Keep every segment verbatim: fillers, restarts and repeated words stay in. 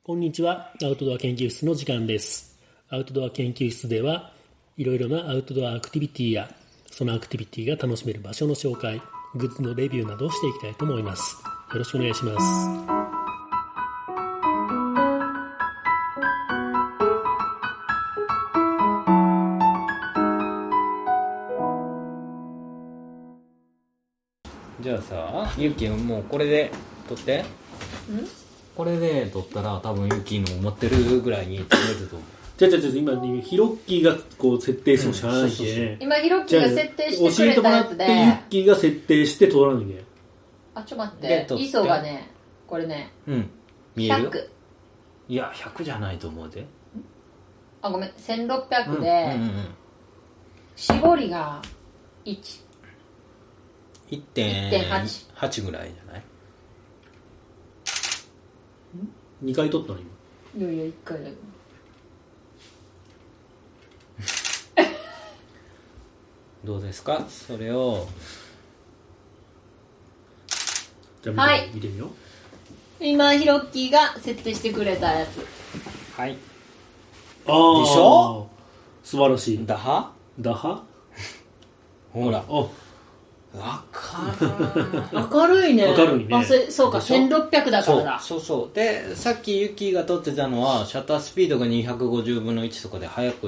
こんにちは。アウトドア研究室の時間です。アウトドア研究室ではいろいろなアウトドアアクティビティやそのアクティビティが楽しめる場所の紹介、グッズのレビューなどをしていきたいと思います。よろしくお願いします。 じゃあさ、ユキもうこれで撮って。んこれで撮ったら多分ユキの持ってるぐらいに撮れると思う。 じゃあじゃあ今ねヒロッキーがこう設定してもしゃあないけ、 今ヒロッキーが設定してくれたやつで、 教えてもらってユッキーが設定して撮らないけ。 あ、ちょっと待って、イソがね、これね、 うん、見えるよ。 ひゃく。 いや、ひゃくじゃないと思うで。 あ、ごめん、せんろっぴゃくで、 うんうんうん、 絞りがいち。 いってんはち ぐらいじゃない？ にかい撮ったの今。 いやいや、いっかいだよ。 どうですかそれを。 じゃあ見て、はい、見てみよう。 今ヒロッキーが設定してくれたやつ。 はい。 ああ。 でしょ？ 素晴らしい。 ダハ？ ダハ？ ほら。 あ、 明るいね。 明るいね。 あ、そ、そうか、せんろっぴゃくだからだ。 そうそうそう。で、さっきユキが撮ってたのはシャッタースピードがにひゃくごじゅうぶんのいちとかで速くって、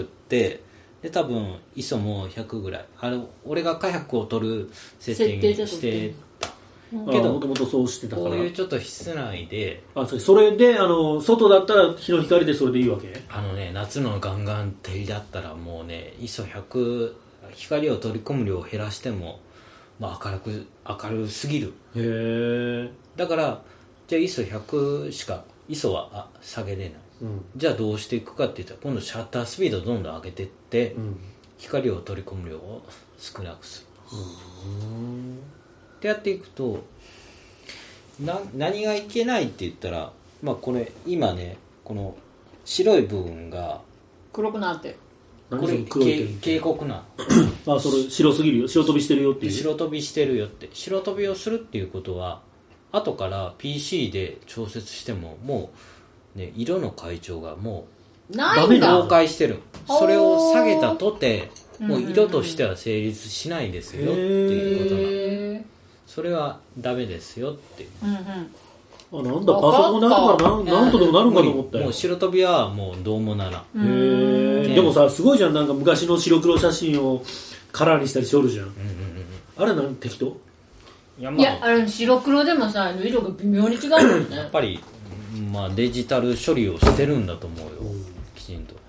で多分イソもひゃくぐらい。あれ俺がカヤックを撮る設定にしてたけど、 もともとそうしてたから。 こういうちょっと室内で、 あ、それ、それであの外だったら日の光でそれでいいわけ？ あのね、夏のガンガン照りだったらもうね、イソひゃく光を取り込む量を減らしても、まあ、明るく明るすぎる。 へえ。 だからじゃあイソひゃくしかイソはあ下げれない、うん、じゃあどうしていくかって言ったら今度シャッタースピードをどんどん上げていって、うん、光を取り込む量を少なくする、うん、ってやっていくとな何がいけないって言ったら、まあ、これ今ねこの白い部分が黒くなってる。 これ警告なのあ、それ白すぎるよ、白飛びしてるよっていう。 白飛びしてるよって。白飛びをするっていうことは後から ピーシー で調節してももう、ね、色の解調がもうないんだ、 崩壊してる。それを下げたとてもう色としては成立しないですよっていうことなの。それはダメですよっていう、うんうん、 あ、なんだ、パソコンなんとかな、なんとでもなるんかと思ったよ。 もう白飛びはもうどうもならん。 へえ、ね。でもさ、すごいじゃん、なんか昔の白黒写真をカラーにしたりしおるじゃん、うんうんうん、あれなん適当？ いや、まあ、いや、あれ白黒でもさ、色が微妙に違うもんね。 やっぱり、まあ、デジタル処理をしてるんだと思うよ、うん、きちんと。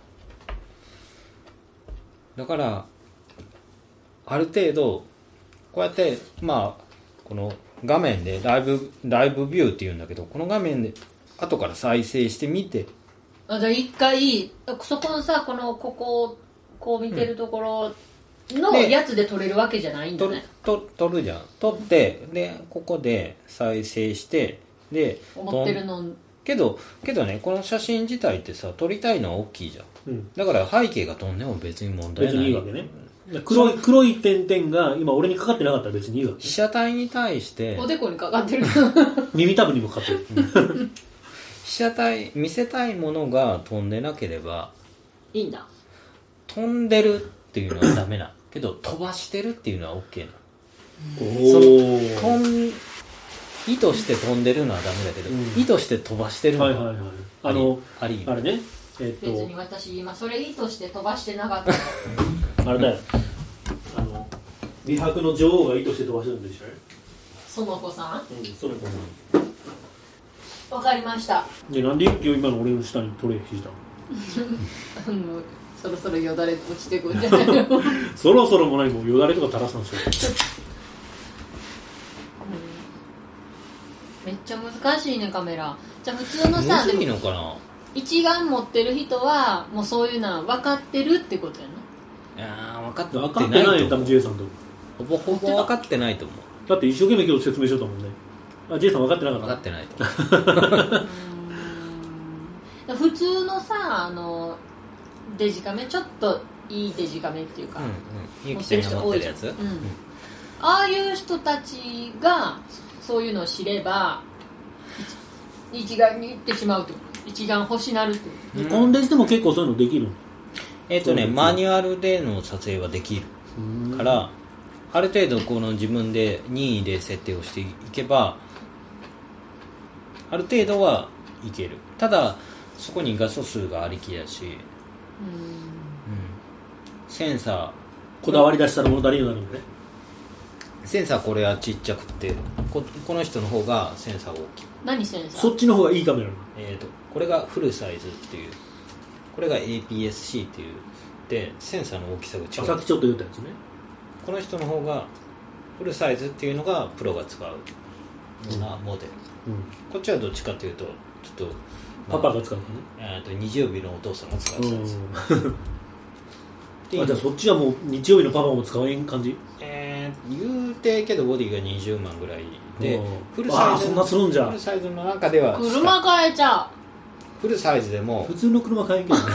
だからある程度こうやってまあこの画面でライブライブビューっていうんだけど、この画面で後から再生してみて、 あ、じゃあ一回そこのさ、このここをこう見てるところのやつで撮れるわけじゃないんだね。 撮る、撮るじゃん。撮ってでここで再生してで思ってるのけどけどね、この写真自体ってさ撮りたいのは大きいじゃん、うん、だから背景が飛んでも別に問題ない。 別にいいわけね。黒い黒い点々が今俺にかかってなかったら別にいいわけ。 被写体に対しておでこにかかってる耳たぶにもかかってる被写体見せたいものが飛んでなければいいんだ。 飛んでるっていうのはダメなけど飛ばしてるっていうのは OK な。 おその飛ん意図して飛んでるのはダメだけど、うん、意図して飛ばしてるのは、はいはいはい、 あのありあれね、えー、っと別に私今それ意図して飛ばしてなかったあれだよ、あの美白の女王が意図して飛ばしてるんでしょ。 園子さん、 うん、園子さん、わかりました。 で、なんで一挙今の俺の下にトレー引いたのもうそろそろよだれ落ちてくるんじゃないのそろそろもない、もうよだれとか垂らすんでしょめっちゃ難しいね、カメラ。じゃあ普通のさ、 むずいのかな、 一眼持ってる人はもうそういうのは分かってるってことやな。 いや分かってない分かってないよ、多分 J さんとほぼほぼ分かってないと思う。 だって一生懸命今日説明しようと思うね。あ、 J さん分かってなかった。 分かってないと思う普通のさ、あのデジカメ、ちょっといいデジカメっていうか、 ゆきちゃんが持ってるやつ、うんうん、 ああいう人たちがそういうのを知れば一概に言ってしまうってこと。 一段星なるってこと、 うん、コンデンスでも結構そういうのできるの？ えっ、ー、とねマニュアルでの撮影はできるからある程度この自分で任意で設定をしていけばある程度はいける。ただそこに画素数がありきだし、うんうん、センサーこだわり出したら物足りになるんでね。 センサーこれはちっちゃくて こ, この人の方がセンサーが大きい。 何センサー？ そっちの方がいいカメラなの？ えーとこれがフルサイズっていうこれが エーピーエスシー っていうでセンサーの大きさが違う。 さっきちょっと言ったやつね。 この人の方がフルサイズっていうのがプロが使うようなモデル、うんうん、こっちはどっちかというとちょっと、 まあ、パパが使うのね。と日曜日のお父さんが使うやつ、 うんあじゃあそっちはもう日曜日のパパも使えん感じ？ えー、言うてけどボディがにじゅうまんぐらいでフルサイズそんなするんじゃフルサイズの中では車買えちゃう。 フルサイズでも普通の車買えんけどね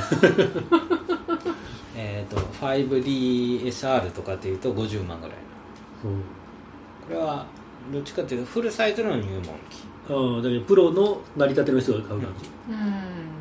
えと ファイブディーエスアール とかっていうとごじゅうまんぐらいの、うん、これはどっちかっていうとフルサイズの入門機。 ああだけどプロの成り立ての人が買う感じ、うん、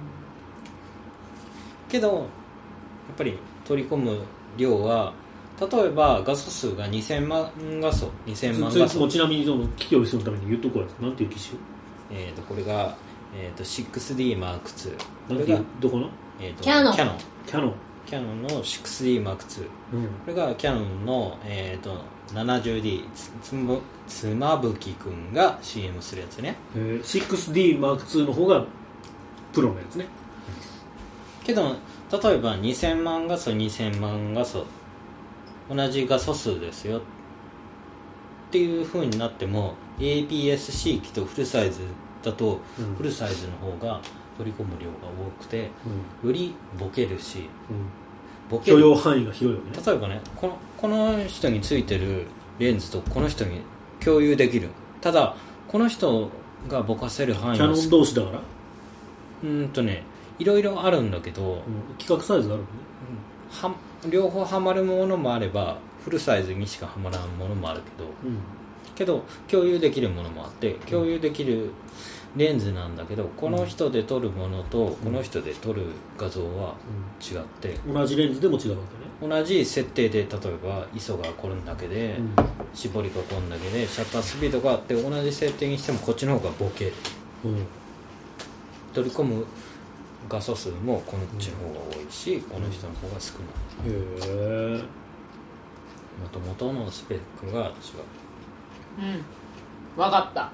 けどやっぱり取り込む量は例えば画素数がにせんまん画素にせんまん画素もちなみにその機器をするために言うとこはなんていう機種？ えーとこれが、えーと シックスディーマークツー。 これがどこの？ えーとキャノンキャノンキャノンキャノンの シックスディーマークツー、うん、これがキャノンの、えーと ななじゅうディー つ, つ, むつまぶきくんが シーエム するやつね。 シックスディーマークツー の方がプロのやつね。 けど例えばにせんまん画素にせんまん画素同じ画素数ですよっていう風になっても エーピーエスシー 機とフルサイズだと、うん、フルサイズの方が取り込む量が多くて、うん、よりボケるし、 うん、ボケる許容範囲が広いよね。 例えばねこの、この人についてるレンズとこの人に共有できる。ただこの人がぼかせる範囲キャノン同士だからうーんとねいろいろあるんだけど、うん、 規格サイズがあるのね、 うん、は両方はまるものもあればフルサイズにしかはまらんものもあるけど、うん、けど共有できるものもあって共有できるレンズなんだけど、この人で撮るものとこの人で撮る画像は違って、 うん、同じレンズでも違うわけね。 同じ設定で例えば アイエスオ がこれだけで、うん、絞りがこんだけでシャッタースピードがあって同じ設定にしてもこっちの方がボケる、うん、取り込む画素数もこっちの方が多いし、うん、この人の方が少ない。へえ。もともとのスペックが違う。 うん分かった。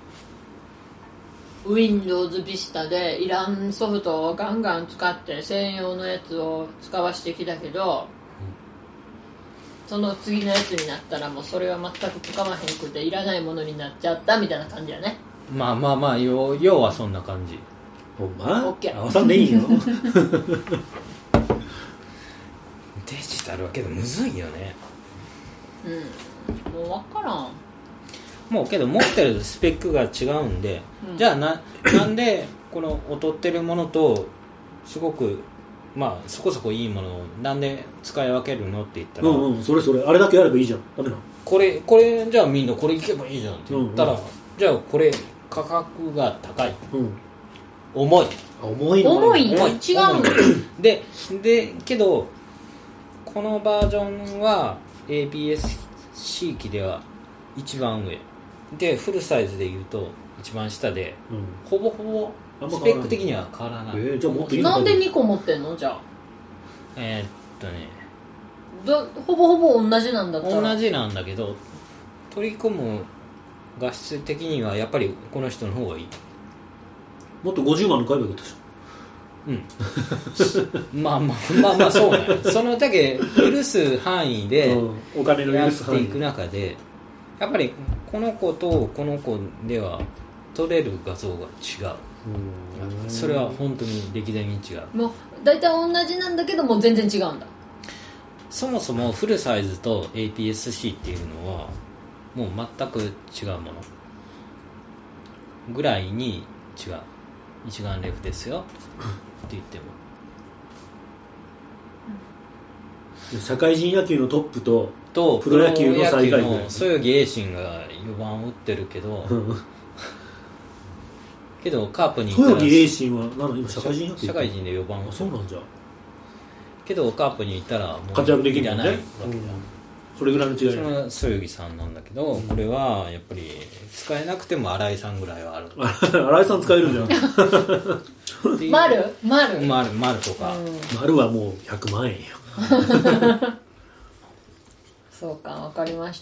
Windows Vista でいらんソフトをガンガン使って専用のやつを使わしてきたけど、うん、その次のやつになったらもうそれは全く使わへんくていらないものになっちゃったみたいな感じやね。 まあまあまあ要, 要はそんな感じ。 ほんま？オッケー。合わさんでいいよ。 デジタルはけどむずいよね。 うんもう分からん。 もうけど持ってるスペックが違うんで、うん、じゃあ な, なんでこの劣ってるものとすごくまあそこそこいいものをなんで使い分けるのって言ったら、 うんうん、それそれあれだけやればいいじゃん。ダメなの？ これこれじゃあみんなこれいけばいいじゃんって言ったら、うんうん、じゃあこれ価格が高い、うん、重い重い重い重い違うんででけどこのバージョンは エーピーエスシー 機では一番上でフルサイズでいうと一番下で、うん、ほぼほぼスペック的には変わらない。えー、じゃあもっといいなんでにこ持ってんのじゃあ。 えー、っとねだほぼほぼ同じなんだったら同じなんだけど取り込む画質的にはやっぱりこの人の方がいい。 もっとごじゅうまんの買えばよかったでしょ。 うんまあまあまあまあそうねそのだけ許す範囲でお金のやっていく中でやっぱりこの子とこの子では撮れる画像が違う。うんそれは本当に歴代に違う。 もう大体同じなんだけども全然違うんだ。 そもそもフルサイズと エーピーエスシー っていうのはもう全く違うものぐらいに違う。一眼レフですよって言っても社会人野球のトップととプロ野球の最下位ぐらい。 そよぎ栄心がよばんを打ってるけどけどカープに行ったら豊木栄信は何今社会人やってる社会人でよばんあそうなんじゃけどカープに行ったらもう活躍できるもんねいらないわけだ、 うんそれぐらいの違いそのそよぎさんなんだけど、うん、これはやっぱり使えなくても新井さんぐらいはある新井さん使えるじゃん丸丸丸丸とか、 うん、丸はもうひゃくまんえんよそうかわかりました。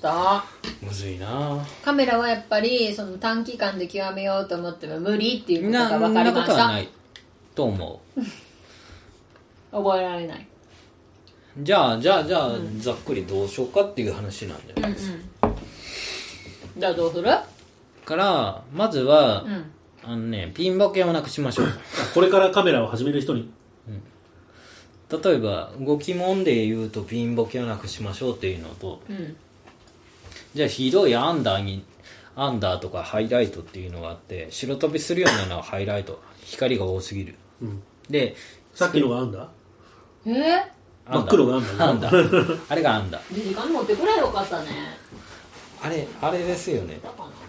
むずいな。 カメラはやっぱりその短期間で極めようと思っても無理っていうことが分かりました。そんなことはないと思う覚えられない。 じゃあじゃあじゃあ、うん、ざっくりどうしようかっていう話なんじゃないですか、うんうん、 じゃあどうするからまずは、うん、あのねピンボケをなくしましょうこれからカメラを始める人に、 うん、例えばご疑問で言うとピンボケをなくしましょうっていうのと、うん、じゃあひどいアンダーにアンダーとかハイライトっていうのがあって白飛びするようなのはハイライト光が多すぎる、うん、でさっきのがアンダーえー真っ黒があんだあんだあれがあんだで時間持ってくれよかったねあれあれですよね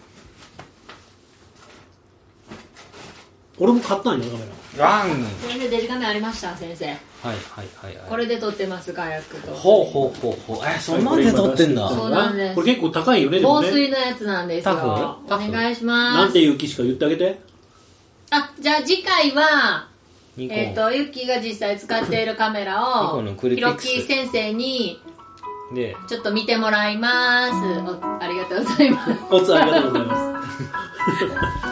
俺も買ったんよカメラワン先生デジカメありました先生はいはいはい、はい、 これで撮ってますカヤックとほうほうほうほうえそんなんで撮ってんだそうなんですこれ結構高いよねでもね防水のやつなんですよお願いしますなんていう機種か言ってあげてあじゃあ次回はえー、とユッキーが実際使っているカメラをヒロキ先生にちょっと見てもらいます。おありがとうございます。 おつありがとうございます